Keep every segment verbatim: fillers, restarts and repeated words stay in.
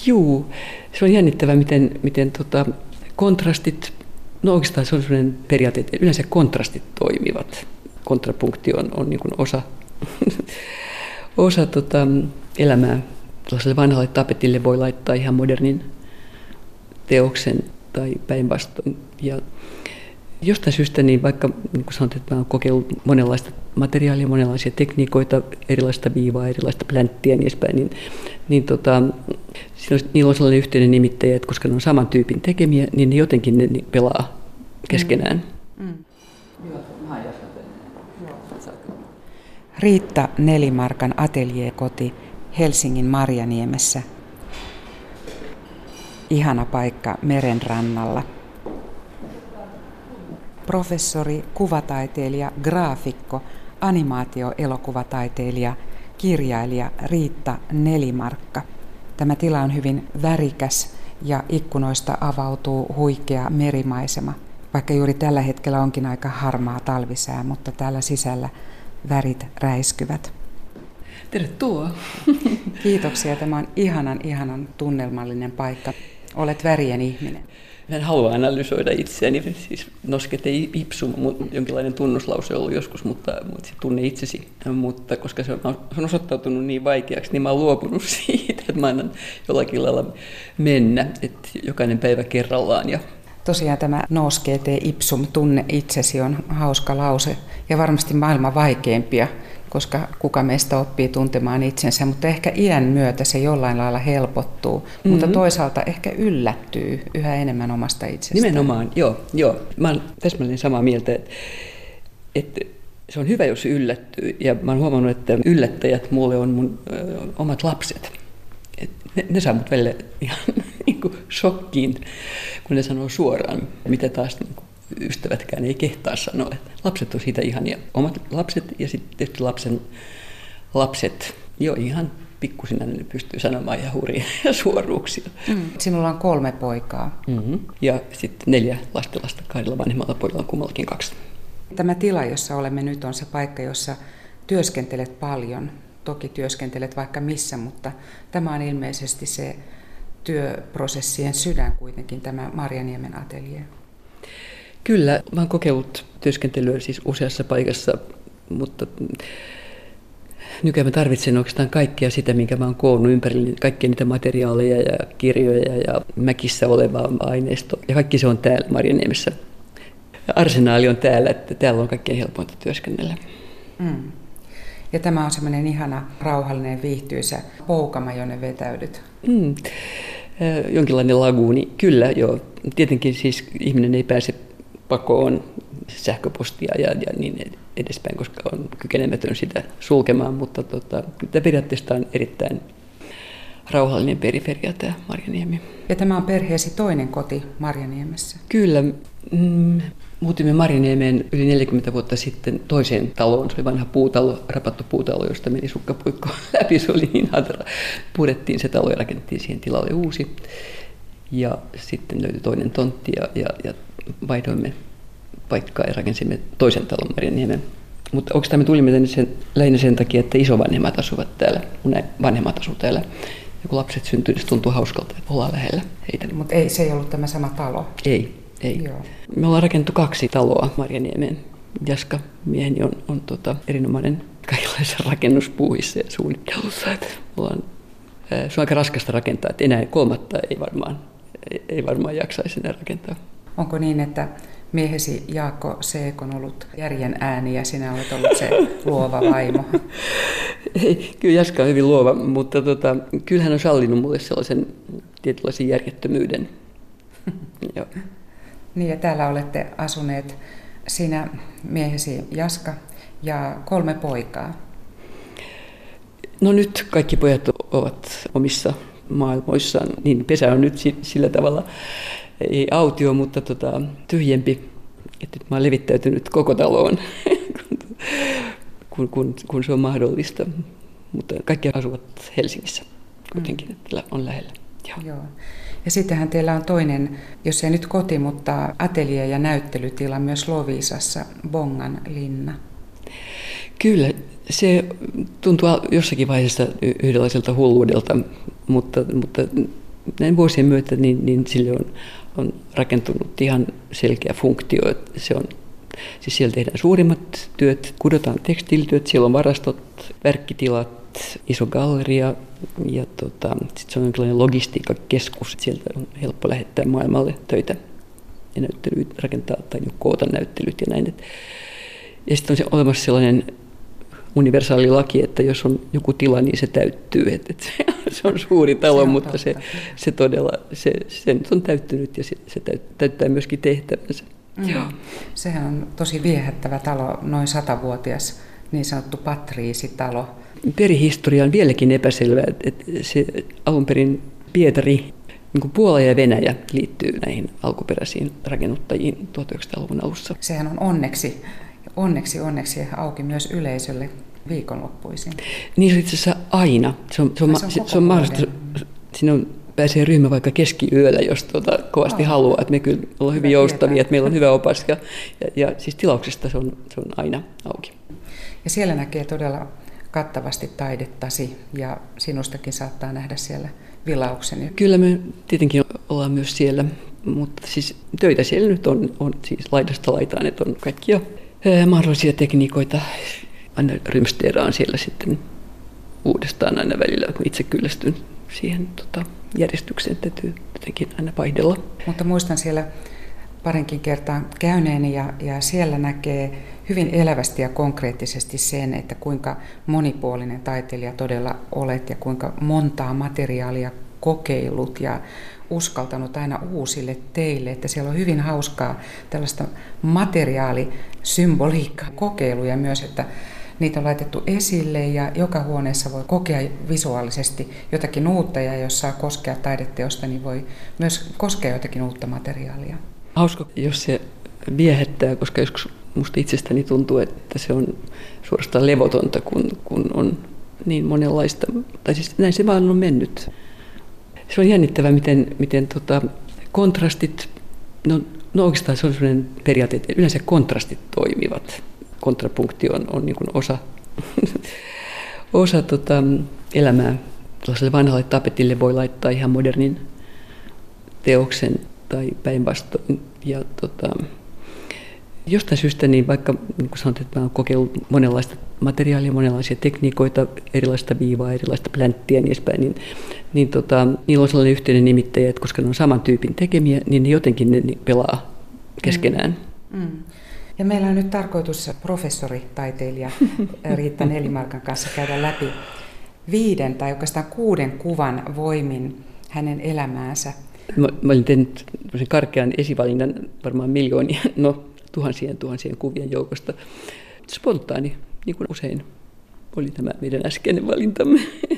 Juu, se on jännittävää, miten, miten tota, kontrastit, no oikeastaan se on sellainen periaate, että yleensä kontrastit toimivat. Kontrapunkti on, on niin kuin osa, osa tota, elämää. Tällaiselle vanhalle tapetille voi laittaa ihan modernin teoksen tai päinvastoin. Ja jostain syystä, niin vaikka niin kuin sanot, että mä olen kokeillut monenlaista materiaalia, monenlaisia tekniikoita, erilaista viivaa, erilaista plänttiä ja niin edespäin, niin, niin tota, niillä on sellainen yhteinen nimittäjä, että koska ne on saman tyypin tekemiä, niin ne jotenkin ne niin pelaa keskenään. Mm. Mm. Riitta Nelimarkan ateljeekoti Helsingin Marjaniemessä. Ihana paikka merenrannalla. Professori, kuvataiteilija, graafikko, animaatioelokuvataiteilija, kirjailija Riitta Nelimarkka. Tämä tila on hyvin värikäs ja ikkunoista avautuu huikea merimaisema. Vaikka juuri tällä hetkellä onkin aika harmaa talvisää, mutta täällä sisällä värit räiskyvät. Tervetuloa. Kiitoksia. Tämä on ihanan, ihanan tunnelmallinen paikka. Olet värien ihminen. Mä en halua analysoida itseäni, siis noskete ipsum, jonkinlainen tunnuslause on ollut joskus, mutta, mutta se tunne itsesi. Mutta koska se on, se on osoittautunut niin vaikeaksi, niin mä oon luopunut siitä, että mä annan jollakin lailla mennä, että jokainen päivä kerrallaan. Ja tosiaan tämä noskete ipsum, tunne itsesi, on hauska lause ja varmasti maailman vaikeimpia, koska kuka meistä oppii tuntemaan itsensä, mutta ehkä iän myötä se jollain lailla helpottuu, mm-hmm. mutta toisaalta ehkä yllättyy yhä enemmän omasta itsestään. Nimenomaan, joo. joo. Mä olen täsmälleen samaa mieltä, että, että se on hyvä, jos yllättyy. Ja mä olen huomannut, että yllättäjät mulle on mun ö, omat lapset. Et ne, ne saa mut välillä ihan niin kuin shokkiin, kun ne sanoo suoraan, mitä taas niin kuin ystävätkään ei kehtaa sanoa. Että lapset on siitä ihania. Omat lapset ja sitten tietysti lapsen lapset. Jo ihan pikkusina ne pystyy sanomaan ja hurjia ja suoruuksia. Mm. Sinulla on kolme poikaa. Mm-hmm. Ja sitten neljä lastenlasta, kahdella vanhemmalla pojalla on kummallakin kaksi. Tämä tila, jossa olemme nyt, on se paikka, jossa työskentelet paljon. Toki työskentelet vaikka missä, mutta tämä on ilmeisesti se työprosessien sydän kuitenkin, tämä Marjaniemen ateljee. Kyllä, mä oon kokeillut työskentelyä siis useassa paikassa, mutta nykyään mä tarvitsen oikeastaan kaikkea sitä, minkä mä oon koonnut ympärille, kaikkia niitä materiaaleja ja kirjoja ja mäkissä olevaa aineistoa. Ja kaikki se on täällä Marjaniemessä. Arsenaali on täällä, että täällä on kaikkein helpointa työskennellä. Mm. Ja tämä on semmoinen ihana, rauhallinen, viihtyisä poukama, jonne vetäydyt. Mm. Jonkinlainen laguuni, kyllä joo. Tietenkin siis ihminen ei pääse pakoon sähköpostia ja, ja niin edespäin, koska on kykenemätön sitä sulkemaan, mutta tota, tämä periaatteessa on erittäin rauhallinen periferia tämä Marjaniemi. Ja tämä on perheesi toinen koti Marjaniemessä? Kyllä. Mm, muutimme Marjaniemeen yli neljäkymmentä vuotta sitten toiseen taloon. Se oli vanha puutalo, rapattu puutalo, josta meni sukkapuikko läpi. Se oli niin hatara. Purettiin se talo ja rakennettiin siihen tilalle uusi. Ja sitten löytyi toinen tontti ja, ja, ja vaihdoimme paikkaa ja rakensimme toisen talon Marjaniemen. Mutta oikeastaan me tulimme tänne sen, lähinnä sen takia, että isovanhemmat asuvat täällä. Mun vanhemmat asuvat täällä. Ja kun lapset syntyivät, niin tuntuu hauskalta, että ollaan lähellä heitä. Mutta ei, se ei ollut tämä sama talo? Ei, ei. Joo. Me ollaan rakennettu kaksi taloa Marjaniemeen. Jaska mieheni on, on tota, erinomainen kaikenlaisissa rakennuspuuhissa ja suunnittelussa. Ollaan, ää, se on aika raskasta rakentaa, että enää kolmatta ei varmaan, ei, ei varmaan jaksaisi enää rakentaa. Onko niin, että miehesi Jaakko Seek on ollut järjen ääni ja sinä olet ollut se luova vaimo? Ei, kyllä Jaska on hyvin luova, mutta tota, kyllä hän on sallinut mulle sellaisen tietynlaisen järjettömyyden. Joo. Niin ja täällä olette asuneet sinä, miehesi Jaska ja kolme poikaa. No nyt kaikki pojat ovat omissa maailmoissaan, niin pesä on nyt sillä tavalla ei autio, mutta tota, tyhjempi. Että nyt mä oon levittäytynyt koko taloon, kun, kun, kun se on mahdollista. Mutta kaikki asuvat Helsingissä kuitenkin, mm. että on lähellä. Joo. Joo. Ja sittenhän teillä on toinen, jos ei nyt koti, mutta ateljee- ja näyttelytila myös Loviisassa, Bongan linna. Kyllä, se tuntuu jossakin vaiheessa yhdenlaiselta hulluudelta, mutta, mutta näin vuosien myötä niin, niin sille on, on rakentunut ihan selkeä funktio. Että se on, siis siellä tehdään suurimmat työt, kudotaan tekstiilityöt, siellä on varastot, värkkitilat, iso galleria ja tota, sitten se on jonkinlainen logistiikkakeskus. Sieltä on helppo lähettää maailmalle töitä ja näyttelyitä, rakentaa tai koota näyttelyt ja näin. Ja sitten on se olemassa sellainen universaali laki, että jos on joku tila, niin se täyttyy. Et, et se on suuri talo, se on mutta se, se todella se, se nyt on täyttynyt ja se, se täyttää myöskin tehtävänsä. Mm. Joo. Sehän on tosi viehättävä talo, noin satavuotias, niin sanottu patriisitalo. Perihistoria on vieläkin epäselvä. Että se alun perin Pietari, niin kuin Puola ja Venäjä liittyy näihin alkuperäisiin rakennuttajiin tuhatyhdeksänsataaluvun alussa. Sehän on onneksi, onneksi, onneksi auki myös yleisölle viikonloppuisin. Niin se on itse asiassa aina. Se on, se on, se on, se, se on mahdollista. Siinä on, pääsee ryhmä vaikka keskiyöllä, jos tuota, kovasti oh. haluaa. Että me kyllä ollaan hyvin joustavia, että meillä on hyvä opas. Ja, ja, ja siis tilauksesta se on, se on aina auki. Ja siellä näkee todella kattavasti taidettasi ja sinustakin saattaa nähdä siellä vilauksen. Kyllä me tietenkin ollaan myös siellä, mutta siis töitä siellä nyt on, on siis laidasta laitaan, että on kaikkia ää, mahdollisia tekniikoita. Aina rymsteeraan siellä sitten uudestaan aina välillä, kun itse kyllästyn siihen tota, järjestykseen, täytyy jotenkin aina vaihdella. Mutta muistan siellä parinkin kertaa käyneeni ja, ja siellä näkee hyvin elävästi ja konkreettisesti sen, että kuinka monipuolinen taiteilija todella olet ja kuinka montaa materiaalia kokeillut ja uskaltanut aina uusille teille, että siellä on hyvin hauskaa tällaista materiaalisymboliikkaa, kokeiluja myös, että niitä on laitettu esille ja joka huoneessa voi kokea visuaalisesti jotakin uutta ja jos saa koskea taideteosta, niin voi myös koskea jotakin uutta materiaalia. Hauska, jos se viehättää, koska joskus musta itsestäni tuntuu, että se on suorastaan levotonta, kun, kun on niin monenlaista, tai siis näin se vaan on mennyt. Se on jännittävää, miten, miten tota, kontrastit, no, no oikeastaan se on sellainen periaate, että yleensä kontrastit toimivat. Kontrapunktio on, on niin kuin osa, osa tota, elämää. Tällaiselle vanhalle tapetille voi laittaa ihan modernin teoksen tai päinvastoin. Ja tota, jostain syystä, niin vaikka niin kuin sanot, että mä olen kokeillut monenlaista materiaalia, monenlaisia tekniikoita, erilaista viivaa, erilaista plänttiä ja niin edespäin, niin, niin tota, niillä on sellainen yhteinen nimittäjä, että koska ne on saman tyypin tekemiä, niin ne jotenkin ne niin pelaa keskenään. Mm. Mm. Ja meillä on nyt tarkoitus professoritaiteilija Riitta Nelimarkan kanssa käydä läpi viiden tai oikeastaan kuuden kuvan voimin hänen elämäänsä. Mä, mä olin tehnyt karkean esivalinnan varmaan miljoonia, no tuhansien tuhansien kuvien joukosta. Spontaani, niin kuin usein oli tämä meidän äskeinen valintamme.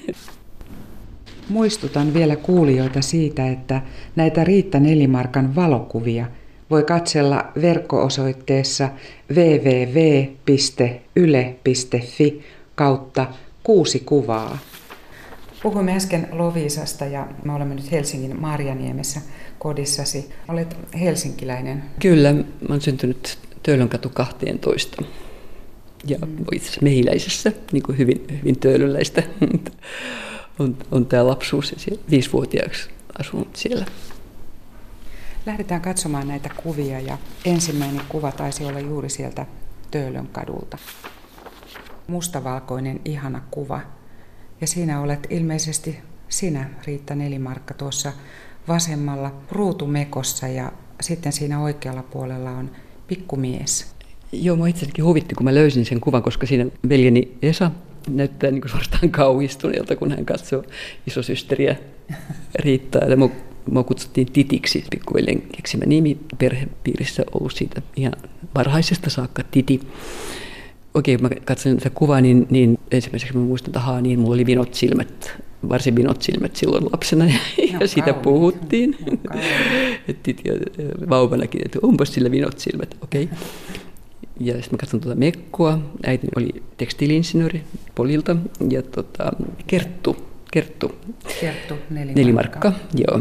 Muistutan vielä kuulijoita siitä, että näitä Riitta Nelimarkan valokuvia voi katsella verkko-osoitteessa double-u double-u double-u piste yle piste fi kautta kuusi kuvaa. Puhuimme äsken Loviisasta ja me olemme nyt Helsingin Marjaniemessä kodissasi. Olet helsinkiläinen. Kyllä, mä olen syntynyt Töölönkatu kaksitoista ja mm. itse asiassa Mehiläisessä, niin kuin hyvin, hyvin töölöläistä on, on tämä lapsuus ja siellä viisivuotiaaksi asunut siellä. Lähdetään katsomaan näitä kuvia ja ensimmäinen kuva taisi olla juuri sieltä Töölönkadulta. Mustavalkoinen ihana kuva. Ja siinä olet ilmeisesti sinä, Riitta Nelimarkka, tuossa vasemmalla ruutumekossa ja sitten siinä oikealla puolella on pikkumies. Joo, mä itsekin huvitti, kun mä löysin sen kuvan, koska siinä veljeni Esa näyttää niin kuin suorastaan kauhistuneelta, kun hän katsoo isosysteriä Riittaa. Ja mua, mua kutsuttiin Titiksi, pikkuveljen keksimä nimi, perhepiirissä ollut siitä ihan varhaisesta saakka Titi. Okei, kun mä katsoin tätä kuvaa, niin, niin ensimmäiseksi mä muistan, että ahaa, niin mulla oli vinot silmät, varsin vinot silmät silloin lapsena, ja, ja siitä kauni. Puhuttiin. Titi vauvanakin, että onpas sillä vinot silmät, okei. Okay. Ja sitten mä katson tuota Mekkoa, äiti oli tekstiili-insinööri Polilta, ja tota, Kerttu, Kerttu, Kerttu Nelimarkka. Nelimarkka, joo.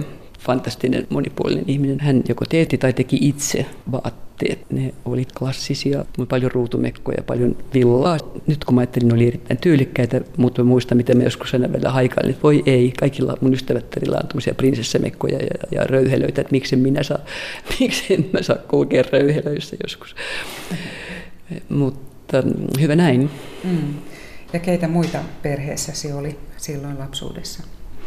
fantastinen, monipuolinen ihminen. Hän joko teetti tai teki itse vaatteet. Ne oli klassisia, paljon ruutumekkoja, paljon villaa. Nyt kun mä ajattelin, ne oli erittäin tyylikkäitä, mutta mä muistan, mitä mä joskus aina vielä haikailin, että voi ei, kaikilla mun ystävättärillä on tämmöisiä prinsessamekkoja ja, ja röyhelöitä, että miksi minä saa, miksi en mä saa kulkea röyhelöissä joskus. Mm-hmm. Mutta hyvä näin. Mm. Ja keitä muita perheessäsi oli silloin lapsuudessa?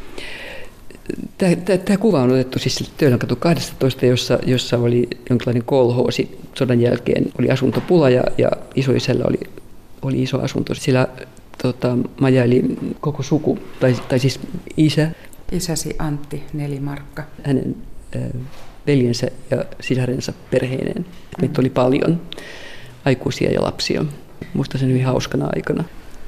Tämä, tämä, tämä kuva on otettu siis Töölönkatu kaksitoista, jossa, jossa oli jonkinlainen kolhoosi. Sodan jälkeen oli asuntopula ja, ja isoisällä oli, oli iso asunto. Sillä tota, majaili koko suku, tai, tai siis isä. Isäsi Antti Nelimarkka. Hänen äh, veljensä ja sisarensa perheineen. Mm-hmm. Meitä oli paljon aikuisia ja lapsia. Muistan sen hyvin hauskana aikana.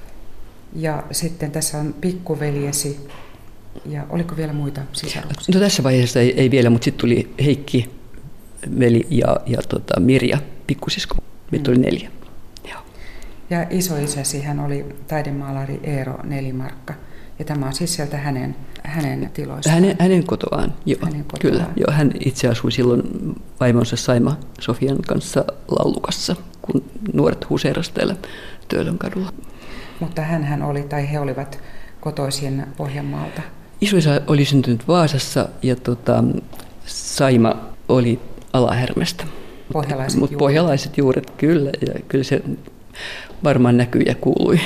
Ja sitten tässä on pikkuveljesi. Ja oliko vielä muita sisaruksia? No tässä vaiheessa ei, ei vielä, mutta sitten tuli Heikki, veli ja, ja tota, Mirja, pikkusisko. Meitä mm. oli neljä. Joo. Ja isoisäsi hän oli taidemaalari Eero Nelimarkka. Ja tämä on siis sieltä hänen, hänen tiloistaan. Hänen, hänen kotoaan, joo. Hänen kotoaan. Kyllä. Joo, hän itse asui silloin vaimonsa Saima Sofian kanssa Lallukassa, kun nuoret huseerasivat täällä Töölönkadulla. Mutta hänhän oli, tai he olivat kotoisin Pohjanmaalta. Isoisä oli syntynyt Vaasassa ja tota, Saima oli Alahärmästä. Pohjalaiset Mut juuret. Pohjalaiset juuret, kyllä. Ja kyllä se varmaan näkyi ja kuului.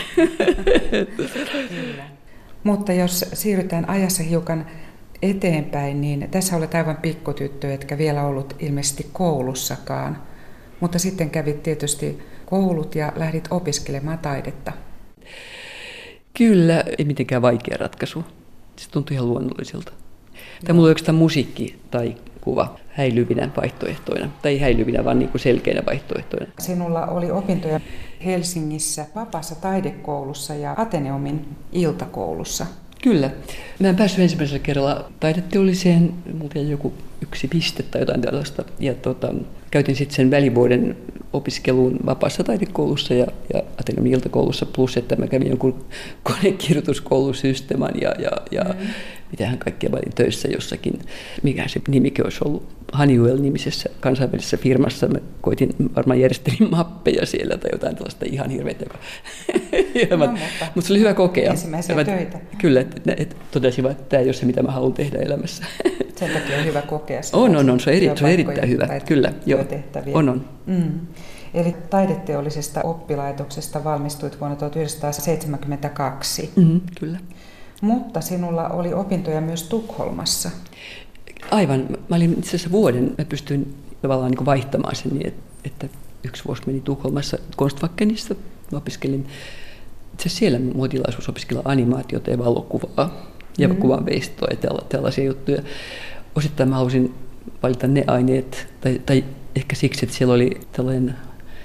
Kyllä. Mutta jos siirrytään ajassa hiukan eteenpäin, niin tässä olet aivan pikkutyttö, etkä vielä ollut ilmeisesti koulussakaan. Mutta sitten kävit tietysti koulut ja lähdit opiskelemaan taidetta. Kyllä, ei mitenkään vaikea ratkaisu. Se tuntui ihan luonnolliselta. Tai mulla oli oikeastaan musiikki tai kuva häilyvinä vaihtoehtoina. Tai ei häilyvinä, vaan niin kuin selkeänä vaihtoehtoina. Sinulla oli opintoja Helsingissä vapaassa taidekoulussa ja Ateneumin iltakoulussa. Kyllä. Mä en päässyt ensimmäisellä kerralla taideteolliseen, mulla jäi joku yksi piste tai jotain tällaista. Ja tota, käytin sitten sen välivuoden opiskeluun vapaassa taidekoulussa ja, ja Ateneumin iltakoulussa, plus että mä kävin jonkun konekirjoituskoulusysteeman ja, ja, ja mm. mitähän kaikkea mä olin töissä jossakin. Mikä se nimikin olisi ollut Honeywell-nimisessä kansainvälisessä firmassa. Mä koitin, varmaan järjestelin mappeja siellä tai jotain tällaista ihan hirveätä. No, mutta, mutta se oli hyvä kokea. Ensimmäisiä mä, töitä. Kyllä, että et, totesin vaan, että tämä ei ole se, mitä mä haluan tehdä elämässä. Sen takia on hyvä kokea. On, on, on. Se on, eri, se on erittäin hyvä. Kyllä, joo. On, on. Mm. Eli taideteollisesta oppilaitoksesta valmistuit vuonna tuhatyhdeksänsataaseitsemänkymmentäkaksi. Mm-hmm, kyllä. Mutta sinulla oli opintoja myös Tukholmassa. Aivan. Mä olin itse asiassa vuoden, mä pystyin tavallaan niin kuin vaihtamaan sen niin, että yksi vuosi meni Tukholmassa Konstfackenissa. Mä opiskelin, itse asiassa siellä mulla tilaisuus opiskella animaatiota ja valokuvaa ja mm-hmm. kuvanveistoa ja tällaisia juttuja. Osittain mä halusin valita ne aineet, tai, tai ehkä siksi, että siellä oli tällainen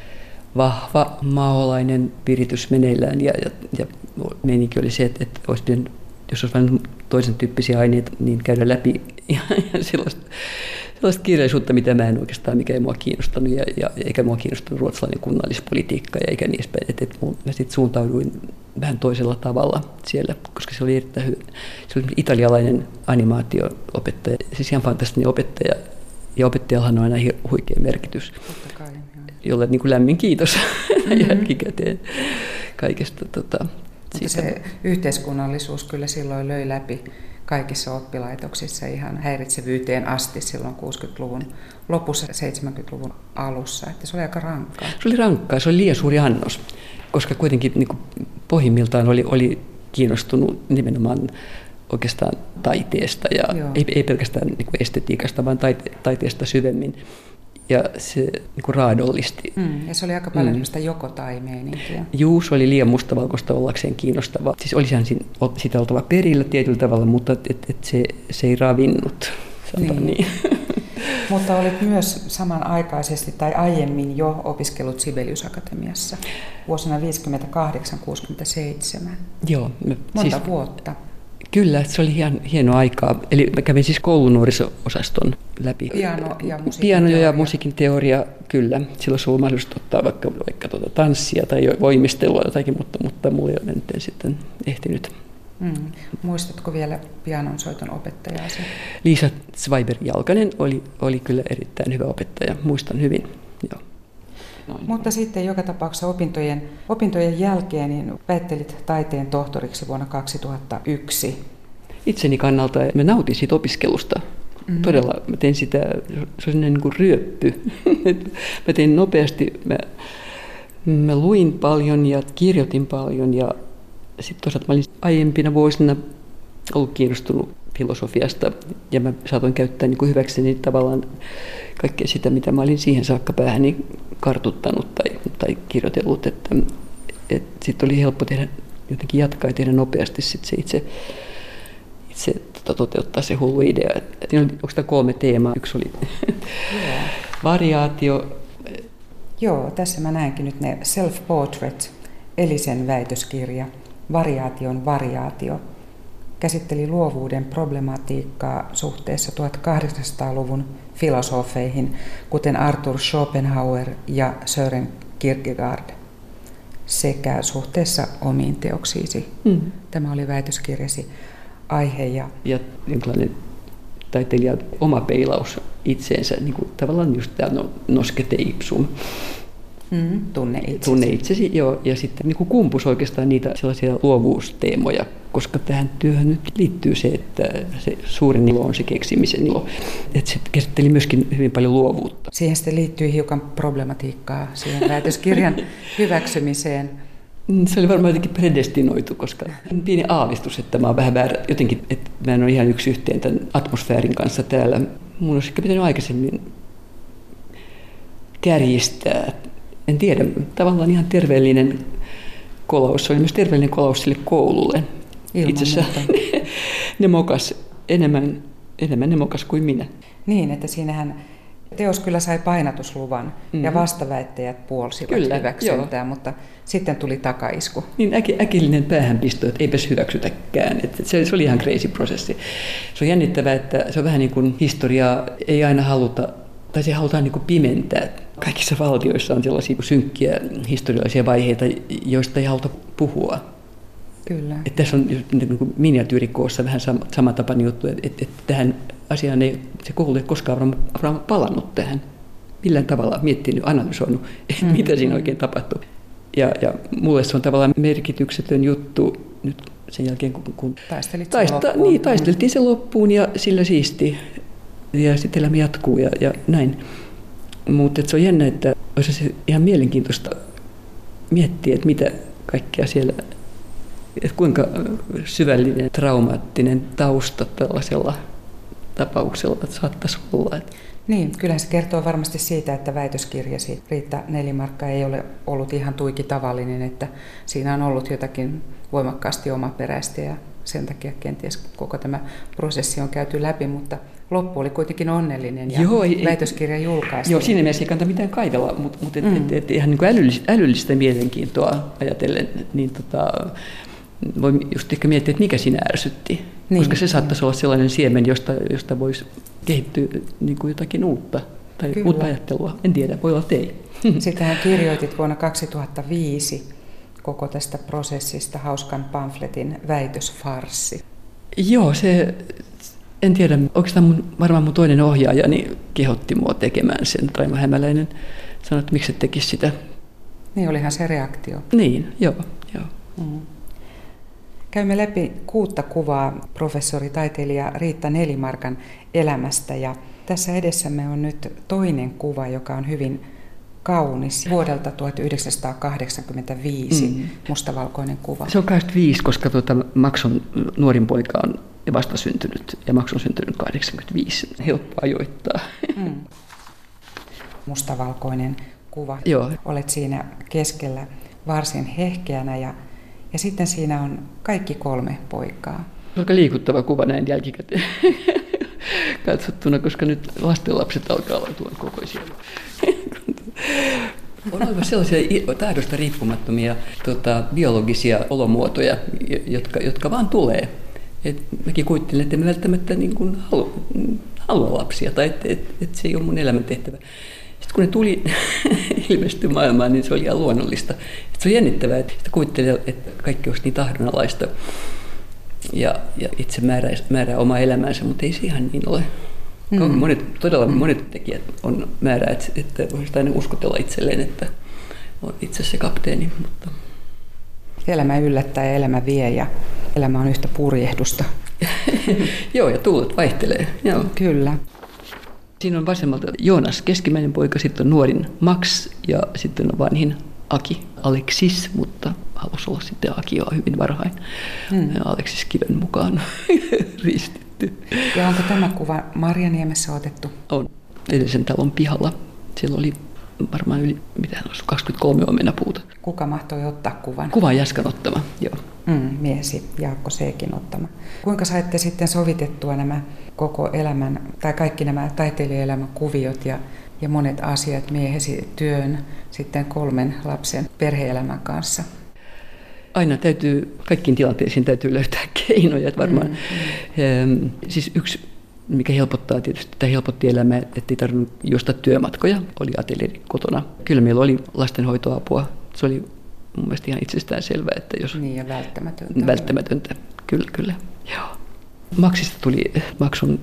vahva maolainen viritys meneillään ja, ja, ja meininki oli se, että, että olisi pitänyt, jos olisi vain toisen tyyppisiä aineita, niin käydä läpi ja, ja sellaista, sellaista kirjallisuutta, mitä mä en oikeastaan, mikä ei mua kiinnostanut ja, ja eikä mua kiinnostanut ruotsalainen kunnallispolitiikka ja eikä niin edespäin. Että, että mä sitten suuntauduin vähän toisella tavalla siellä, koska se oli erittäin hyvä. Se oli italialainen animaatio-opettaja, siis ihan fantastinen opettaja. Ja opettajallahan on aina huikea merkitys, kai, jolle niin kuin lämmin kiitos mm-hmm. jälkikäteen kaikesta. Tota, Mutta se yhteiskunnallisuus kyllä silloin löi läpi kaikissa oppilaitoksissa ihan häiritsevyyteen asti silloin kuusikymmentäluvun lopussa, seitsemänkymmentäluvun alussa. Että se oli aika rankkaa. Se oli rankkaa, se oli liian suuri annos, koska kuitenkin niin kuin pohjimmiltaan oli, oli kiinnostunut nimenomaan oikeastaan taiteesta ja ei, ei pelkästään niin kuin estetiikasta, vaan taite, taiteesta syvemmin. Ja se niin kuin raadollisti. Mm, ja se oli aika paljon mm. sitä jokotaimeeninkiä. Juu, se oli liian mustavalkoista ollakseen kiinnostavaa. Siis olisihan sitä oltava perillä tietyllä tavalla, mutta et, et se, se ei ravinnut. Niin. Niin. Mutta olit myös samanaikaisesti tai aiemmin jo opiskellut Sibelius Akatemiassa vuosina viisikymmentäkahdeksan kuusikymmentäseitsemän. Joo. Monta siis, vuotta. Kyllä, se oli ihan hieno aikaa. Eli mä kävin siis koulunuoriso-osaston läpi. Piano ja musiikin Piano teoria. ja musiikin teoria, kyllä. Silloin se oli mahdollista ottaa vaikka, vaikka tuota tanssia tai voimistelua jotakin, mutta, mutta mulla ei ole nyt sitten ehtinyt. Mm. Muistatko vielä pianonsoiton opettajasi? Liisa Zweiber-Jalkanen oli, oli kyllä erittäin hyvä opettaja, muistan hyvin. Joo. Noin. Mutta sitten joka tapauksessa opintojen, opintojen jälkeen niin päättelit taiteen tohtoriksi vuonna kaksituhattayksi. Itseni kannalta mä nautin siitä opiskelusta. Mm-hmm. Todella mä tein sitä, se oli niin kuin ryöppy. Mä tein nopeasti, mä, mä luin paljon ja kirjoitin paljon ja sitten toisaalta mä olin aiempina vuosina ollut kiinnostunut filosofiasta ja mä saatoin käyttää niin kuin hyväkseni tavallaan kaikkea sitä, mitä mä olin siihen saakka päähäni kartuttanut tai, tai kirjoitellut. Että, et sitten oli helppo tehdä, jotenkin jatkaa ja tehdä nopeasti sit se itse, itse tota, toteuttaa se hullu idea. Et, et, onko tämä kolme teemaa? Yksi oli yeah. variaatio. Joo, tässä mä näenkin nyt ne self-portrait, Elisen väitöskirja, variaation variaatio. Käsitteli luovuuden problematiikkaa suhteessa tuhatkahdeksansataaluvun filosofeihin, kuten Arthur Schopenhauer ja Søren Kierkegaard, sekä suhteessa omiin teoksiisi. Mm. Tämä oli väitöskirjasi aihe. Ja, ja jonkinlainen taiteilijan oma peilaus itseensä, niin kuin tavallaan just tämä noskete ipsum. Mm, tunne itsesi. Tunne itsesi, joo. Ja sitten niin kuin kumpus oikeastaan niitä sellaisia luovuusteemoja, koska tähän työhön nyt liittyy se, että se suurin ilo on se keksimisen ilo. Että se käsitteli myöskin hyvin paljon luovuutta. Siihen sitten liittyy hiukan problematiikkaa siihen väitöskirjan hyväksymiseen. Se oli varmaan jotenkin predestinoitu, koska pieni aavistus, että mä oon vähän väärä, jotenkin, että mä en ole ihan yksi yhteen tämän atmosfäärin kanssa täällä. Mun olisi ehkä pitänyt aikaisemmin kärjistää. En tiedä, tavallaan ihan terveellinen kolaus. Se oli myös terveellinen kolaus sille koululle. Itse asiassa ne mokas enemmän, enemmän ne mokas kuin minä. Niin, että siinähän teos kyllä sai painatusluvan mm-hmm. ja vastaväittäjät puolsivat kyllä, hyväksyntää, joo. Mutta sitten tuli takaisku. Niin äk, äkillinen päähänpisto, että eipäs hyväksytäkään. Että se, se oli ihan crazy prosessi. Se on jännittävää, että se on vähän niin kuin historiaa ei aina haluta, tai se halutaan niin kuin pimentää. Kaikissa valtioissa on sellaisia synkkiä historiallisia vaiheita, joista ei haluta puhua. Kyllä. Että tässä on niin kuin miniatyyrikoossa vähän sama, sama tapainen juttu, että, että tähän asiaan ei se koulu ei koskaan Abraham palannut tähän. Millään tavalla miettinyt, analysoinut, mm-hmm. mitä siinä oikein tapahtui. Ja, ja mulle se on tavallaan merkityksetön juttu nyt sen jälkeen, kun, kun taista, niin, taisteltiin se loppuun ja sillä siisti. Ja sitten elämä jatkuu ja, ja näin. Mutta se on jännä, että olisi se ihan mielenkiintoista miettiä, että mitä kaikkea siellä, että kuinka syvällinen traumaattinen tausta tällaisella tapauksella saattaisi olla. Niin, kyllähän se kertoo varmasti siitä, että väitöskirjasi Riitta Nelimarkka ei ole ollut ihan tuiki tavallinen, että siinä on ollut jotakin voimakkaasti omaperäistä ja sen takia kenties koko tämä prosessi on käyty läpi, mutta loppu oli kuitenkin onnellinen ja joo, ei, väitöskirja julkaistiin. Joo, siinä mielessä ei kannata mitään kaivella, mutta, mutta mm. et, et, et, ihan niin kuin älyllistä, älyllistä mielenkiintoa ajatellen, niin tota, voi just ehkä miettiä, että mikä siinä ärsytti, niin, koska se saattaisi olla sellainen siemen, josta, josta voisi kehittyä niin kuin jotakin uutta tai Kyllä. uutta ajattelua. En tiedä, voi olla ei. Sitähän kirjoitit vuonna kaksituhattaviisi koko tästä prosessista hauskan pamfletin Väitösfarssi. Joo, se, en tiedä, oikeastaan mun, varmaan mun toinen ohjaajani kehotti mua tekemään sen. Raimo Hämäläinen sanoi, että miksi et tekisi sitä. Niin, olihan se reaktio. Niin, joo. joo. Mm. Käymme läpi kuutta kuvaa professori taiteilija Riitta Nelimarkan elämästä ja tässä edessämme on nyt toinen kuva, joka on hyvin kaunis, vuodelta tuhatyhdeksänsataakahdeksankymmentäviisi, mm. mustavalkoinen kuva. Se on kahdeksankymmentäviisi, koska tuota, Makson nuorin poika on vastasyntynyt ja Maks on syntynyt kahdeksankymmentäviisi. Helppo ajoittaa. Mm. Mustavalkoinen kuva. Joo. Olet siinä keskellä varsin hehkeänä ja, ja sitten siinä on kaikki kolme poikaa. Aika liikuttava kuva näin jälkikäteen katsottuna, koska nyt lastenlapset alkaa olla tuon kokoisia. On olemassa sellaisia tahdosta riippumattomia tota, biologisia olomuotoja, jotka, jotka vaan tulee. Et mäkin kuvittelen, että en välttämättä niin kuin halua, halua lapsia tai että et, et se ei ole mun elämäntehtävä. Sitten kun ne tuli ilmestyi maailmaan, niin se oli ihan luonnollista. Et se on jännittävää, että kuvittelee, että kaikki olisi niin tahdonalaista. ja, ja itse määrää, määrää omaa elämäänsä, mutta ei se ihan niin ole. Mm. Monet, todella monet tekijät on määrää, että, että voisi aina uskotella itselleen, että on itse se kapteeni. Mutta... Elämä yllättää ja elämä vie ja elämä on yhtä purjehdusta. Joo, ja tuulet vaihtelee. Joo. Kyllä. Siinä on vasemmalta Joonas, keskimmäinen poika, sitten on nuorin Max ja sitten on vanhin Aki, Aleksis, mutta halusi olla sitten Aki jo hyvin varhain. Hmm. Aleksis Kiven mukaan ristitty. Ja onko tämä kuva Marjaniemessä otettu? On. Edellisen talon pihalla. Siellä oli varmaan yli, mitä olisi, kaksikymmentäkolme omenapuuta. Kuka mahtoi ottaa kuvan? Kuva Jaskan ottama, joo. Mm, miesi Jaakko Seekin ottama. Kuinka saitte sitten sovitettua nämä koko elämän, tai kaikki nämä taiteilijaelämän kuviot ja, ja monet asiat miehesi työn sitten kolmen lapsen perhe-elämän kanssa? Aina täytyy, kaikkiin tilanteisiin täytyy löytää keinoja. Että varmaan, mm, mm. Siis yksi, mikä helpottaa tietysti, tai helpotti elämää, ettei tarvinnut juosta työmatkoja, oli atelieri kotona. Kyllä meillä oli lastenhoitoapua. Se oli mun mielestä ihan itsestään selvää, että jos... Niin ja välttämätöntä. Välttämätöntä, kyllä, kyllä. Joo. Maksista tuli Maksun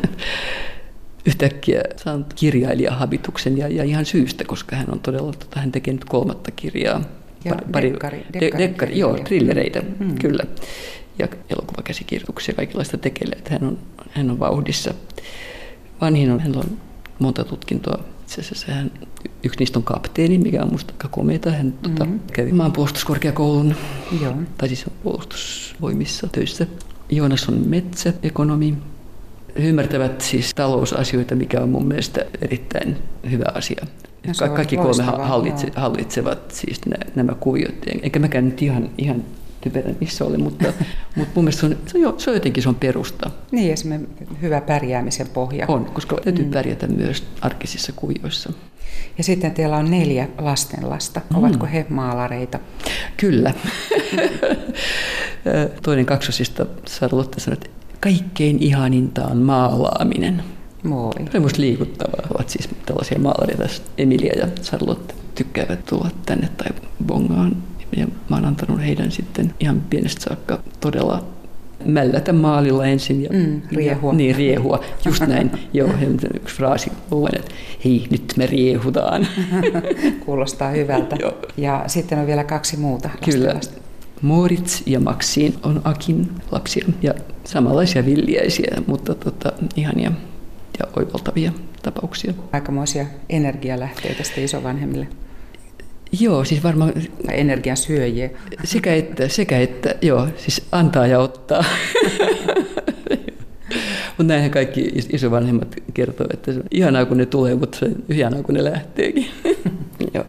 yhtäkkiä saanut kirjailijahabituksen ja, ja ihan syystä, koska hän on todella, tota, hän tekee nyt kolmatta kirjaa. Ja pari, dekkari, de, dekkari, dekkari, joo, trillereitä, mm. kyllä. Ja elokuvakäsikirjoituksia ja kaikenlaista tekelee, että hän on, hän on vauhdissa. Vanhin on, hänellä on monta tutkintoa. Itse asiassa hän, yksi niistä on kapteeni, mikä on musta aika komeata. Hän mm-hmm. tota, kävi maanpuolustuskorkeakoulun, Joo. tai siis on puolustusvoimissa töissä. Joonas on metsäekonomi. He ymmärtävät siis talousasioita, mikä on mun mielestä erittäin hyvä asia. No, Ka- kaikki kolme hallitse, hallitsevat siis nä, nämä kuviot. Enkä mäkään nyt ihan, ihan typerä missä ole, mutta, mutta mun mielestä se on, se, on, se on jotenkin se on perusta. Niin, ja semmoinen hyvä pärjäämisen pohja. On, koska täytyy mm. pärjätä myös arkisissa kuvioissa. Ja sitten teillä on neljä lastenlasta. Mm. Ovatko he maalareita? Kyllä. Toinen kaksosista, Charlotte, sanoi, että kaikkein ihaninta on maalaaminen. Moi. Se on musta liikuttavaa. Ovat siis tällaisia maalareita. Emilia ja Charlotte tykkäävät tulla tänne tai bongaan. Ja mä oon antanut heidän sitten ihan pienestä saakka todella mällätä maalilla ensin. Ja, mm, riehua. Ja, niin, riehua. Just näin. Joo, yksi fraasi luen, että hei, nyt me riehutaan. Kuulostaa hyvältä. Ja sitten on vielä kaksi muuta lastenlasta. Kyllä. Moritz ja Maxine on Akin lapsia ja samanlaisia villiäisiä, mutta tota, ihania ja oivaltavia tapauksia. Aikamoisia energialähteitä sitten isovanhemmille. Joo, siis varmaan... Tai energian syöjiä. Sekä että, sekä että, joo, siis antaa ja ottaa. Mutta näinhän kaikki isovanhemmat kertoo, että se on ihanaa kun ne tulee, mutta se on ihanaa kun ne lähteekin. Joo.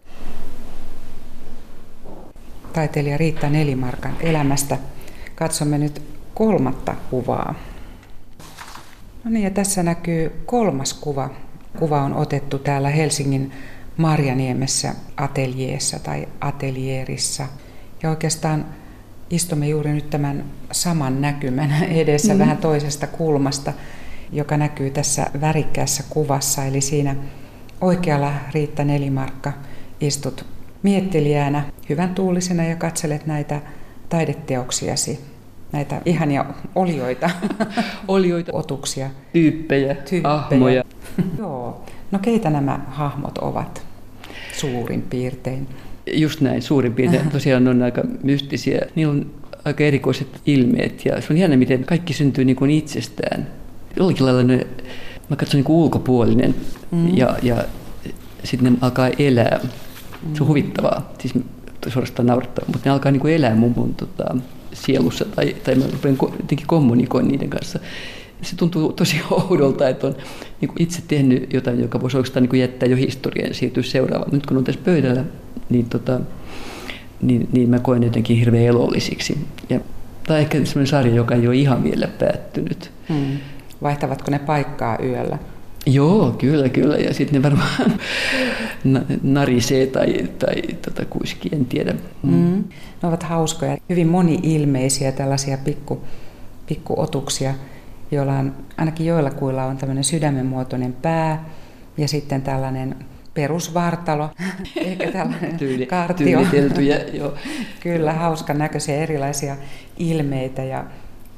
Taiteilija Riitta Nelimarkan elämästä. Katsomme nyt kolmatta kuvaa. No niin, ja tässä näkyy kolmas kuva. Kuva on otettu täällä Helsingin Marjaniemessä ateljeessa tai ateljeerissa. Ja oikeastaan istumme juuri nyt tämän saman näkymän edessä mm. vähän toisesta kulmasta, joka näkyy tässä värikkäässä kuvassa. Eli siinä oikealla Riitta Nelimarkka istut miettelijänä, hyvän tuulisena ja katselet näitä taideteoksiasi, näitä ihania olioita, olioita, otuksia, tyyppejä, tyyppejä. hahmoja. Joo. No keitä nämä hahmot ovat suurin piirtein? Just näin, suurin piirtein. Tosiaan ne on aika mystisiä. Niillä on aika erikoiset ilmeet ja se on jännä, miten kaikki syntyy niin kuin itsestään. Jollakin lailla ne, mä katson niin kuin ulkopuolinen mm. ja, ja sitten ne alkaa elää. Se on huvittavaa, siis suorastaan naurettavaa, mutta ne alkaa niin kuin elää mun, mun tota, sielussa tai, tai mä rupean jotenkin kommunikoin niiden kanssa. Se tuntuu tosi oudolta, että on niin kuin itse tehnyt jotain, joka voisi oikeastaan niin kuin jättää jo historiaan ja siirtyä seuraavaan. Nyt kun on tässä pöydällä, niin, tota, niin, niin mä koen jotenkin hirveän elollisiksi. Ja, tai ehkä sellainen sarja, joka ei ole ihan vielä päättynyt. Hmm. Vaihtavatko ne paikkaa yöllä? Joo, kyllä, kyllä. Ja sitten ne varmaan narisee tai, tai tota, kuiskii, en tiedä. Mm. Mm. Ne ovat hauskoja, hyvin moni-ilmeisiä tällaisia pikku, pikkuotuksia, joilla on, ainakin joillakuilla on tämmöinen sydämenmuotoinen pää ja sitten tällainen perusvartalo, ehkä tällainen Tyyli, kartio. Tyyliteltyjä, joo. Kyllä, hauskan näköisiä erilaisia ilmeitä ja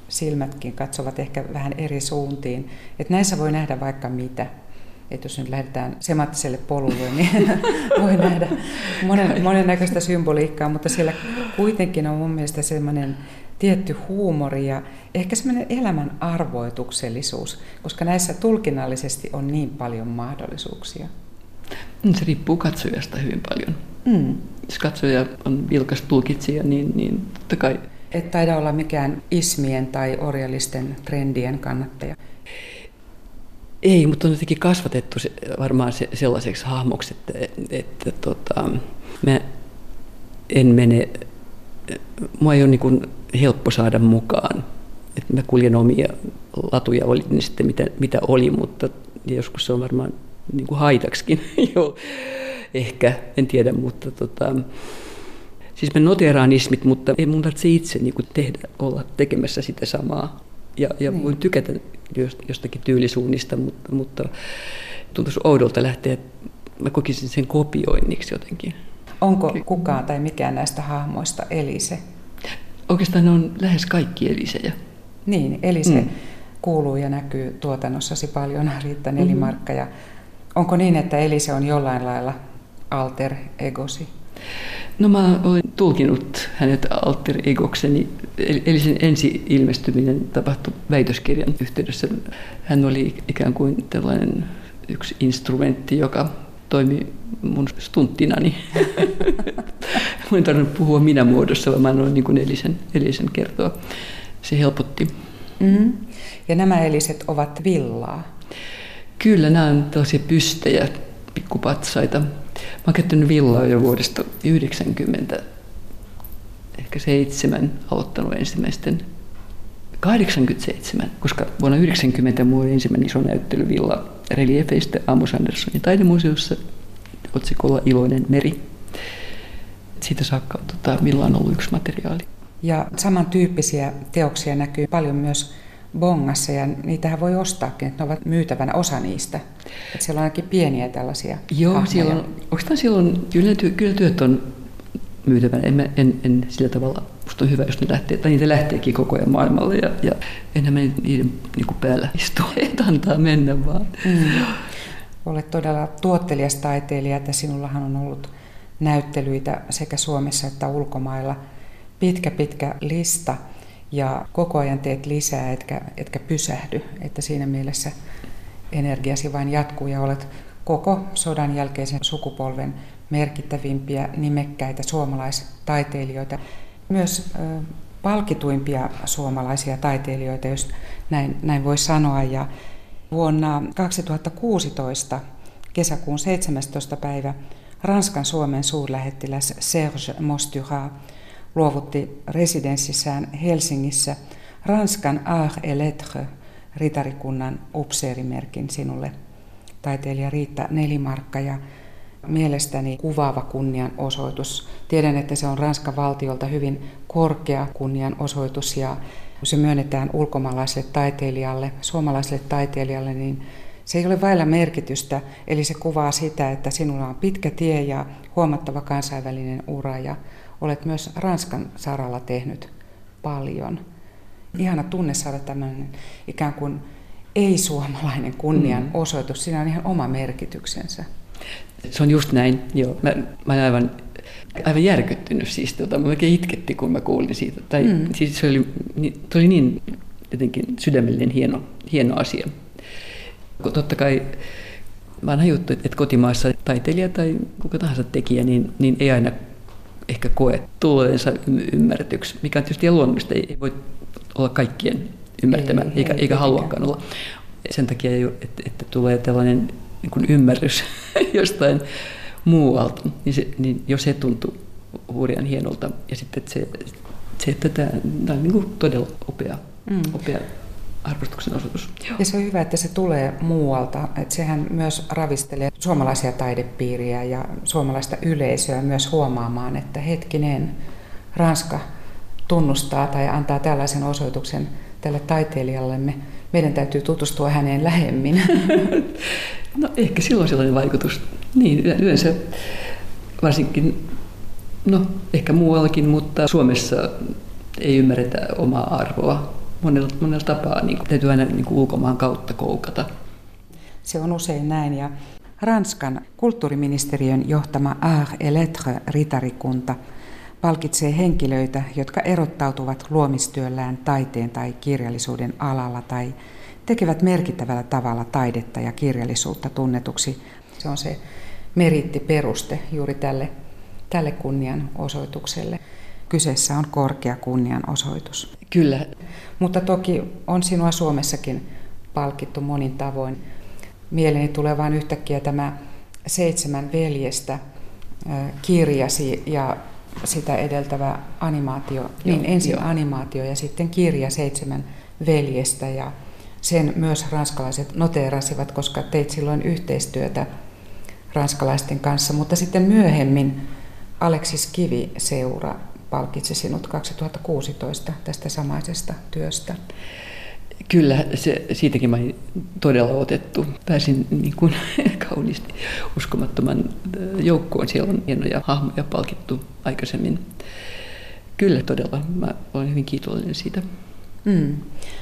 silmätkin katsovat ehkä vähän eri suuntiin. Että näissä voi nähdä vaikka mitä. Että jos nyt lähdetään semantiselle polulle, niin voi nähdä monen, monennäköistä symboliikkaa, mutta siellä kuitenkin on mun mielestä sellainen tietty huumori ja ehkä semmoinen elämän arvoituksellisuus, koska näissä tulkinnallisesti on niin paljon mahdollisuuksia. Se riippuu katsojasta hyvin paljon. Mm. Jos katsoja on vilkas tulkitsija, niin, niin totta kai... Et taida olla mikään ismien tai orjallisten trendien kannattaja. Ei, mutta on jotenkin kasvatettu se, varmaan se, sellaiseksi hahmoksi, että, että tota, mä en mene, mua ei ole niin kuin helppo saada mukaan. Että mä kuljen omia latuja, oli niin sitten mitä, mitä oli, mutta joskus se on varmaan niin kuin haitaksikin. Joo, ehkä, en tiedä, mutta tota, siis mä noteeraan ismit, mutta ei mun tarvitse itse niin kuin tehdä, olla tekemässä sitä samaa. Ja, ja voin tykätä jostakin tyylisuunnista, mutta, mutta tuntuisi oudolta lähteä, mä kokisin sen kopioinniksi jotenkin. Onko kukaan tai mikään näistä hahmoista Elise? Oikeastaan ne on lähes kaikki Elisejä. Niin, Elise mm. kuuluu ja näkyy tuotannossasi paljon, Riitta Nelimarkka. Ja onko niin, että Elise on jollain lailla alter egosi? No mä olen tulkinut hänet alter egokseni. Eli sen ensi-ilmestyminen tapahtui väitöskirjan yhteydessä. Hän oli ikään kuin tällainen yksi instrumentti, joka toimi mun stunttinani. Mä en tarvinnut puhua minä muodossa, vaan mä annoin niin kuin Elisen, Elisen kertoa. Se helpotti. Mm-hmm. Ja nämä Eliset ovat villaa? Kyllä, nämä on tällaisia pystejä, pikkupatsaita. Mä oon käyttänyt villaa jo vuodesta yhdeksänkymmentä, ehkä seitsemän, aloittanut ensimmäisten kahdeksankymmentäseitsemän, koska vuonna yhdeksänkymmentä mulla oli ensimmäinen iso näyttely villa reliefeistä Amos Andersonin taidemuseossa otsikolla Iloinen meri. Siitä saakka tota, villa on ollut yksi materiaali. Ja samantyyppisiä teoksia näkyy paljon myös Bongassa ja niitähän voi ostaakin, että ne ovat myytävänä osa niistä. Että siellä on ainakin pieniä tällaisia Joo, hahmoja. siellä on, oikeastaan silloin, kyllä, työ, kyllä työt on myytävänä. En, en, en sillä tavalla, musta on hyvä, jos ne lähtee, tai niitä lähteekin koko ajan maailmalle ja, ja enhän me niiden niin kuin päällä istua, että antaa mennä vaan. Mm. Olet todella tuottelias taiteilija, että sinullahan on ollut näyttelyitä sekä Suomessa että ulkomailla. Pitkä, pitkä lista. Ja koko ajan teet lisää, etkä, etkä pysähdy, että siinä mielessä energiasi vain jatkuu ja olet koko sodan jälkeisen sukupolven merkittävimpiä nimekkäitä suomalaistaiteilijoita. Myös ö, palkituimpia suomalaisia taiteilijoita, jos näin, näin voi sanoa. Ja vuonna kaksituhattakuusitoista kesäkuun seitsemästoista päivä Ranskan Suomen suurlähettiläs Serge Mosturat luovutti residenssissään Helsingissä Ranskan Arts et Lettres ritarikunnan upseerimerkin sinulle, taiteilija Riitta Nelimarkka, ja mielestäni kuvaava kunnianosoitus. Tiedän, että se on Ranskan valtiolta hyvin korkea kunnianosoitus, ja kun se myönnetään ulkomaalaiselle taiteilijalle, suomalaiselle taiteilijalle, niin se ei ole vailla merkitystä, eli se kuvaa sitä, että sinulla on pitkä tie ja huomattava kansainvälinen ura, ja olet myös Ranskan saralla tehnyt paljon. Ihana tunne saada tämmöinen ikään kuin ei-suomalainen kunnianosoitus. Siinä on ihan oma merkityksensä. Se on just näin, joo. Mä, mä olen aivan, aivan järkyttynyt siis. Tota, mä oikein itketti, kun mä kuulin siitä. Tai, mm. siis se, oli, se oli niin jotenkin sydämellinen hieno, hieno asia. Totta kai vanha juttu, että kotimaassa taiteilija tai kuka tahansa tekijä, niin, niin ei aina ehkä koe tulleensa ymmärretyksi, mikä on tietysti luonnollista, ei voi olla kaikkien ymmärtämä, ei, eikä, ei, eikä haluakaan olla. Sen takia, että, että tulee tällainen niin kuin ymmärrys jostain muualta, niin, se, niin jo se tuntuu hurjan hienolta. Ja sitten että se, se, että tämä, tämä on niin kuin todella upea, mm. upea arvostuksen osoitus. Ja se on hyvä, että se tulee muualta. Että sehän myös ravistelee suomalaisia taidepiiriä ja suomalaista yleisöä myös huomaamaan, että hetkinen, Ranska tunnustaa tai antaa tällaisen osoituksen tälle taiteilijallemme. Meidän täytyy tutustua häneen lähemmin. No ehkä silloin sellainen vaikutus. Niin, yleensä varsinkin, no ehkä muuallakin, mutta Suomessa ei ymmärretä omaa arvoa monella, monella tapaa niin kuin, täytyy aina niin kuin ulkomaan kautta koukata. Se on usein näin ja Ranskan kulttuuriministeriön johtama Arts et Lettres-ritarikunta palkitsee henkilöitä, jotka erottautuvat luomistyöllään taiteen tai kirjallisuuden alalla tai tekevät merkittävällä tavalla taidetta ja kirjallisuutta tunnetuksi. Se on se meriittiperuste juuri tälle, tälle kunnianosoitukselle. Kyseessä on korkea kunnianosoitus. Kyllä. Mutta toki on sinua Suomessakin palkittu monin tavoin. Mieleeni tulee vain yhtäkkiä tämä Seitsemän veljestä kirjasi ja sitä edeltävä animaatio. Joo, niin ensin jo. animaatio ja sitten kirja Seitsemän veljestä ja sen myös ranskalaiset noteerasivat, koska teit silloin yhteistyötä ranskalaisten kanssa, mutta sitten myöhemmin Aleksis Kivi-seura palkitsi sinut kaksituhattakuusitoista tästä samaisesta työstä. Kyllä, se, siitäkin mä olin todella otettu. Pääsin niin kuin kauniisti uskomattoman joukkoon. Siellä on hienoja hahmoja palkittu aikaisemmin. Kyllä todella, mä olen hyvin kiitollinen siitä. Mm.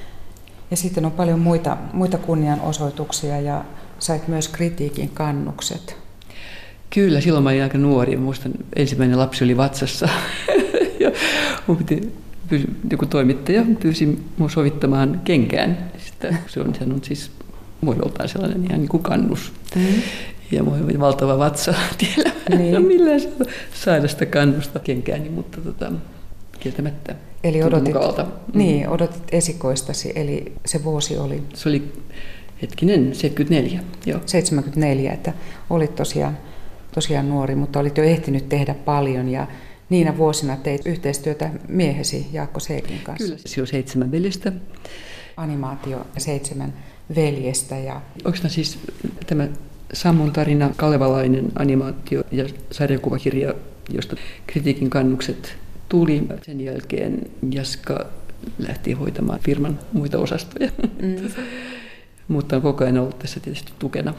Ja sitten on paljon muita, muita kunnianosoituksia ja sait myös kritiikin kannukset. Kyllä, silloin mä olin aika nuori. Muistan, ensimmäinen lapsi oli vatsassa. ja mun piti, joku toimittaja pyysi mun sovittamaan kenkään. Sitä, se on, se on siis muodoltaan sellainen ihan niin kuin kannus. Mm-hmm. Ja mulla oli valtava vatsa. Tiedä niin. millään saada sitä kannusta kenkääni, mutta tota, kieltämättä. Eli odotit, niin, odotit esikoistasi, eli se vuosi oli? Se oli, hetkinen, seitsemänkymmentäneljä. Joo. seitsemänkymmentäneljä, että olit tosiaan, tosiaan nuori, mutta olit jo ehtinyt tehdä paljon ja niinä vuosina teit yhteistyötä miehesi Jaakko Seekin kanssa. Kyllä, se on Seitsemän veljestä. Animaatio ja Seitsemän veljestä. Ja... Onko tämä siis tämä Sammon tarina, kalevalainen animaatio ja sarjakuvakirja, josta kritiikin kannukset tuli. Sen jälkeen Jaska lähti hoitamaan firman muita osastoja, mm. mutta on koko ajan ollut tässä tietysti tukena.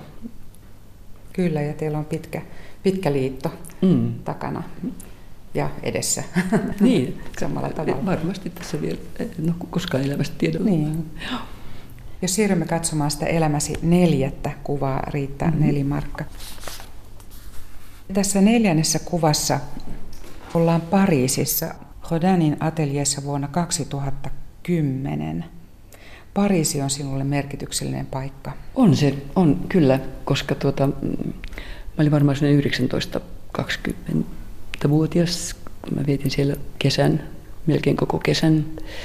Kyllä, ja teillä on pitkä, pitkä liitto mm. takana ja edessä. Niin, samalla tavalla. Varmasti tässä vielä, no koskaan elämästä tiedä. Niin. Jos siirrymme katsomaan sitä elämäsi neljättä kuvaa, Riitta mm-hmm. Nelimarkka. Tässä neljännessä kuvassa ollaan Pariisissa Rodinin ateljeessa vuonna kaksituhattakymmenen. Pariisi on sinulle merkityksellinen paikka. On se, on kyllä, koska tuota, mä olin varmaan yhdeksäntoista kaksikymmentä-vuotias, kun mä vietin siellä kesän, melkein koko kesän.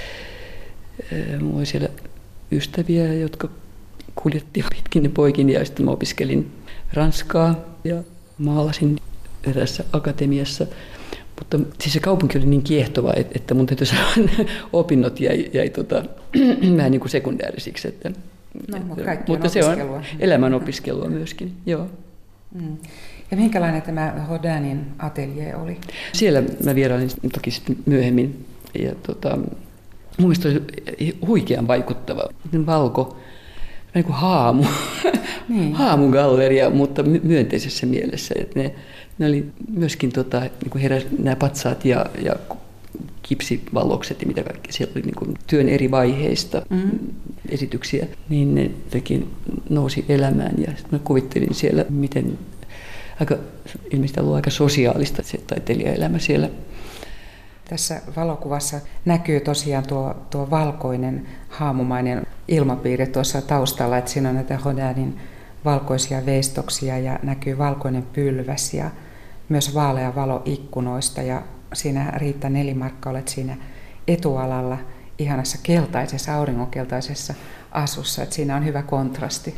Mulla oli siellä ystäviä, jotka kuljettiin pitkin poikin ja sitten mä opiskelin ranskaa ja maalasin erässä akatemiassa. Mutta siis se kaupunki oli niin kiehtova, että mun täytyy sanoa, opinnot jäi, jäi tota, vähän niin kuin sekundäärisiksi. Että, no, että, mutta se on elämän opiskelua myöskin, joo. Mm. Ja minkälainen tämä Rodinin atelier oli? Siellä mä vierailin toki sitten myöhemmin. Ja tota, mun mielestä oli huikean vaikuttava. Valko, niin kuin haamu, niin. haamugalleria, mutta myönteisessä mielessä. Että ne, ne oli myöskin tota, niin kuin heräs, nämä patsaat ja, ja kipsivallokset ja mitä kaikkea. Siellä oli niin kuin työn eri vaiheista mm-hmm. esityksiä. Niin ne teki, nousi elämään ja mä kuvittelin siellä, miten aika, ilmeisesti ollut aika sosiaalista se taiteilijaelämä siellä. Tässä valokuvassa näkyy tosiaan tuo, tuo valkoinen haamumainen ilmapiiri tuossa taustalla, että siinä on näitä Rodinin valkoisia veistoksia ja näkyy valkoinen pylväs ja myös vaalea valo ikkunoista ja siinä Riitta Nelimarkka olet siinä etualalla ihanassa keltaisessa, auringonkeltaisessa asussa, että siinä on hyvä kontrasti.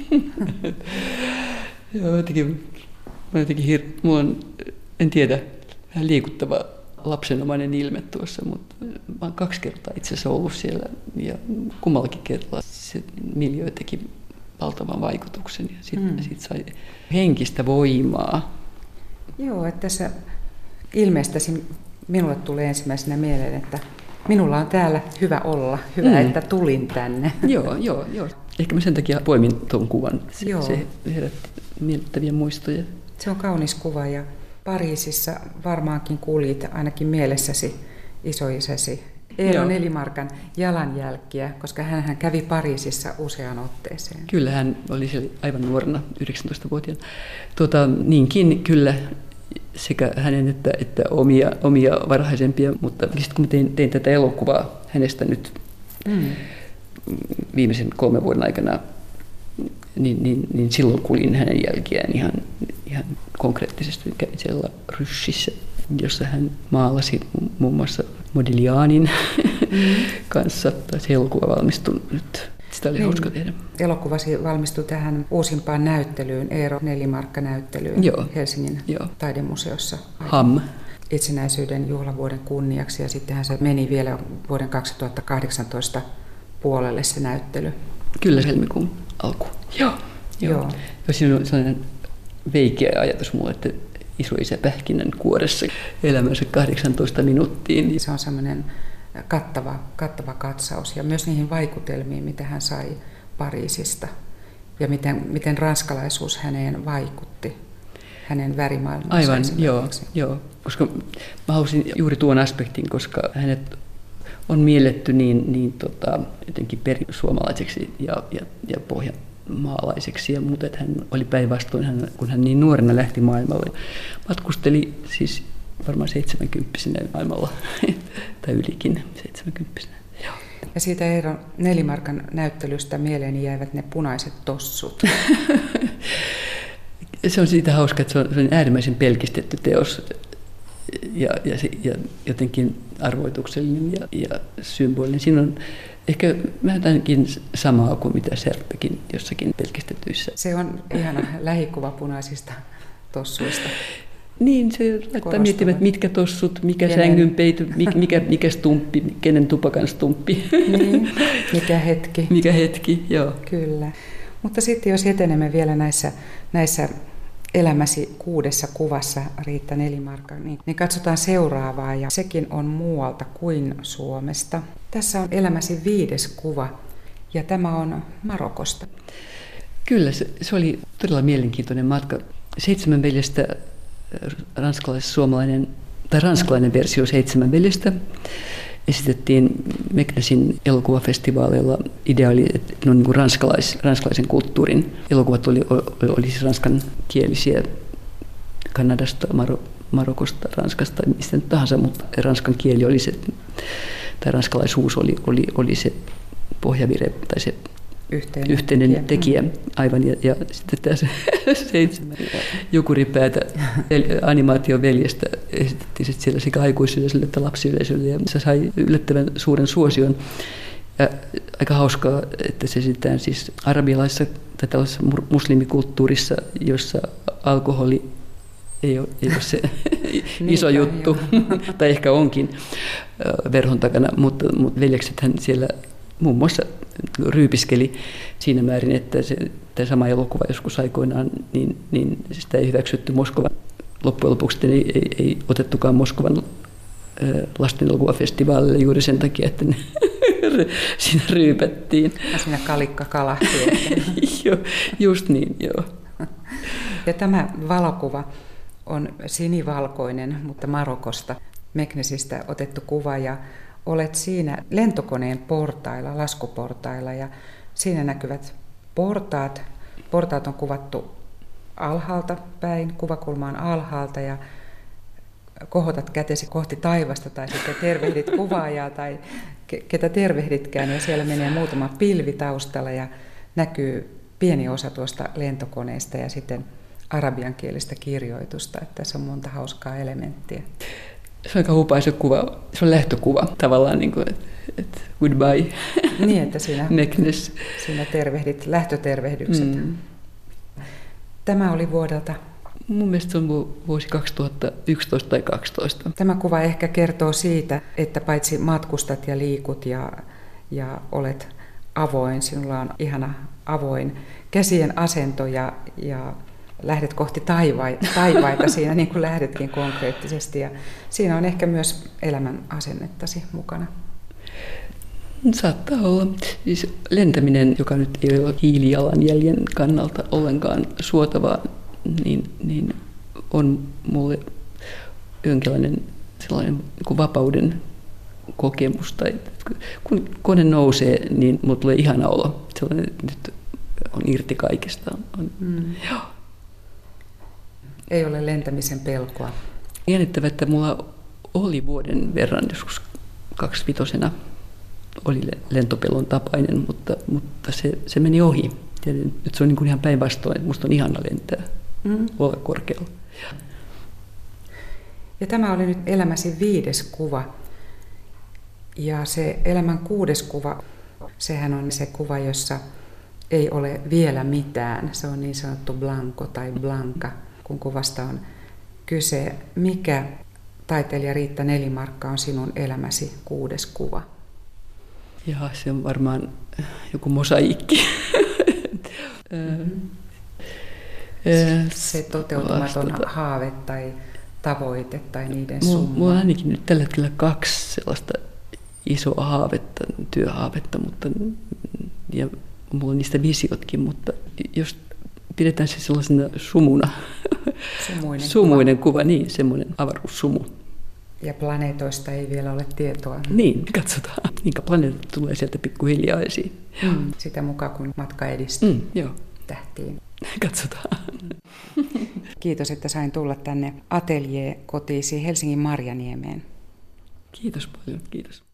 Joo, jotenkin, jotenkin hir... Mulla on, en tiedä, vähän liikuttava lapsenomainen ilme tuossa, mutta mä oon kaksi kertaa itse asiassa ollut siellä ja kummallakin kertaa se miljöö teki valtavan vaikutuksen ja sitten mm. sit sai henkistä voimaa. Joo, että tässä ilmeisesti minulle tulee ensimmäisenä mieleen, että minulla on täällä hyvä olla, hyvä, mm. että tulin tänne. Joo, joo, joo. Ehkä mä sen takia poimin tuon kuvan. Se, se herätti miellyttäviä muistoja. Se on kaunis kuva ja Pariisissa varmaankin kuulit ainakin mielessäsi isoisäsi Eero Nelimarkan jalanjälkiä, koska hän kävi Pariisissa useaan otteeseen. Kyllä, hän oli siellä aivan nuorena, yhdeksäntoistavuotiaana. Tuota, niinkin kyllä sekä hänen että, että omia, omia varhaisempia, mutta sitten kun tein, tein tätä elokuvaa hänestä nyt mm. viimeisen kolmen vuoden aikana, niin, niin, niin silloin kuljin hänen jälkiään ihan, ihan konkreettisesti. Kävin siellä Ryssissä, jossa hän maalasi muun muassa Modiglianin mm. kanssa. Tai se elokuva valmistui nyt. Sitä oli niin, hauska tehdä. Elokuvasi valmistui tähän uusimpaan näyttelyyn, Eero Nelimarkka-näyttelyyn Joo. Helsingin Joo. taidemuseossa. Ham. Itsenäisyyden juhlavuoden kunniaksi, ja sittenhän se meni vielä vuoden kaksituhattakahdeksantoista puolelle se näyttely. Kyllä, helmikuun alku. Joo. Joo. Joo. Siinä on sellainen veikeä ajatus mulle, että isoisä Pähkinän kuoressa elämänsä kahdeksantoista minuuttiin. Se on semmoinen kattava, kattava katsaus ja myös niihin vaikutelmiin, mitä hän sai Pariisista ja miten, miten ranskalaisuus häneen vaikutti, hänen värimaailmansa. Aivan, joo, joo, koska mä halusin juuri tuon aspektin, koska hänet on mielletty niin, niin tota, jotenkin perisuomalaiseksi ja, ja, ja pohjanmaalaiseksi, ja muuta, että hän oli päinvastoin, hän, kun hän niin nuorena lähti maailmalle. Matkusteli siis varmaan seitsemänkymppisenä maailmalla, tai ylikin seitsemänkymppisenä. Joo. Ja siitä Eero Nelimarkan näyttelystä mieleeni jäivät ne punaiset tossut. Se on siitä hauska, että se on, se on äärimmäisen pelkistetty teos ja, ja, ja jotenkin arvoituksellinen ja, ja symbolinen. Siinä on ehkä vähän jotakin samaa kuin mitä Serppekin jossakin pelkistetyissä. Se on ihana lähikuva punaisista tossuista. Niin, se laittaa miettimään, että mitkä tossut, mikä kenen sängynpeito, mikä, mikä stumppi, kenen tupakan stumppi. Niin, mikä hetki. Mikä hetki, joo. Kyllä. Mutta sitten jos etenemme vielä näissä, näissä elämäsi kuudessa kuvassa, Riitta Nelimarkka, niin, niin katsotaan seuraavaa, ja sekin on muualta kuin Suomesta. Tässä on elämäsi viides kuva, ja tämä on Marokosta. Kyllä, se, se oli todella mielenkiintoinen matka. Seitsemän veljestä, ranskalais-suomalainen, tai ranskalainen versio Seitsemän veljestä, esitettiin Meknesin elokuvafestivaaleilla. Ideaali, että ne on niin kuin ranskalais, ranskalaisen kulttuurin elokuvat oli, oli, oli siis ranskankielisiä Kanadasta, Maro, Marokosta, Ranskasta, mistä nyt tahansa, mutta ranskan kieli oli se, tai ranskalaisuus oli, oli, oli se pohjavire tai se yhteinen, yhteinen tekijä. tekijä. Aivan, ja, ja sitten tässä seitsemän jukuripäätä animaatioveljestä esitettiin sitten siellä sekä aikuisyleisölle että lapsiyleisölle, ja se sai yllättävän suuren suosion. Ja aika hauskaa, että se esitetään siis arabialaisessa tai tällaisessa muslimikuulttuurissa, jossa alkoholi ei ole, ei ole se iso juttu, tai ehkä onkin verhon takana, mutta, mutta veljeksethän siellä muun muassa ryypiskeli siinä määrin, että se, tämä sama elokuva joskus aikoinaan, niin, niin sitä ei hyväksytty Moskovan. Loppujen lopuksi ei, ei, ei otettukaan Moskovan lasten elokuvafestivaalille juuri sen takia, että ne siinä ryypättiin. Ja siinä kalikka kalahti. Joo, just niin, joo. Ja tämä valokuva on sinivalkoinen, mutta Marokosta, Meknesistä otettu kuva, ja olet siinä lentokoneen portailla, laskuportailla, ja siinä näkyvät portaat. Portaat on kuvattu alhaalta päin, kuvakulma on alhaalta, ja kohotat kätesi kohti taivasta tai sitten tervehdit kuvaajaa tai ketä tervehditkään, ja siellä menee muutama pilvi taustalla ja näkyy pieni osa tuosta lentokoneesta ja sitten arabiankielistä kirjoitusta, että tässä on monta hauskaa elementtiä. Se on aika hupaa se kuva, se on lähtökuva tavallaan, niin kuin, että, että goodbye. Niin, että siinä, Meknes. Siinä tervehdit, lähtötervehdykset. Mm. Tämä oli vuodelta? Mun mielestä se on vuosi kaksituhattayksitoista tai kaksitoista. Tämä kuva ehkä kertoo siitä, että paitsi matkustat ja liikut ja, ja olet avoin, sinulla on ihana avoin käsien asento ja, ja lähdet kohti taivaita, taivaita siinä, niin kuin lähdetkin konkreettisesti. Ja siinä on ehkä myös elämän asennettasi mukana. Saattaa olla. Siis lentäminen, joka nyt ei ole hiilijalanjäljen kannalta ollenkaan suotavaa, niin, niin on mulle jonkinlainen sellainen niin kuin vapauden kokemus. Tai, kun kone nousee, niin mulle tulee ihana olo. Sellainen, nyt on irti kaikesta. On, mm. Joo. Ei ole lentämisen pelkoa. Jännittävää, että mulla oli vuoden verran joskus kaksivitosena oli lentopelon tapainen, mutta, mutta se, se meni ohi. Tiedän, nyt se on niin kuin ihan päinvastoin, että musta on ihana lentää, mm. olla korkealla. Ja tämä oli nyt elämäsi viides kuva. Ja se elämän kuudes kuva, sehän on se kuva, jossa ei ole vielä mitään. Se on niin sanottu blanko tai blanka, kun kuvasta on kyse. Mikä, taiteilija Riitta Nelimarkka, on sinun elämäsi kuudes kuva? Jaa, se on varmaan joku mosaikki. Mm-hmm. Se toteutumaton vastata. Haave tai tavoite tai niiden summa. Mulla on ainakin nyt tällä hetkellä kaksi sellaista isoa haavetta, työhaavetta, mutta, ja mulla on niistä visiotkin, mutta jos pidetään se sellaisena sumuna, sumuinen, sumuinen kuva. kuva, niin semmoinen avaruussumu. Ja planeetoista ei vielä ole tietoa. Niin, katsotaan. Minkä planeetat tulee sieltä pikkuhiljaa esiin. Mm, sitä mukaan kun matka edistyy mm, joo. tähtiin. Katsotaan. Kiitos, että sain tulla tänne Atelier-kotiisi Helsingin Marjaniemeen. Kiitos paljon, kiitos.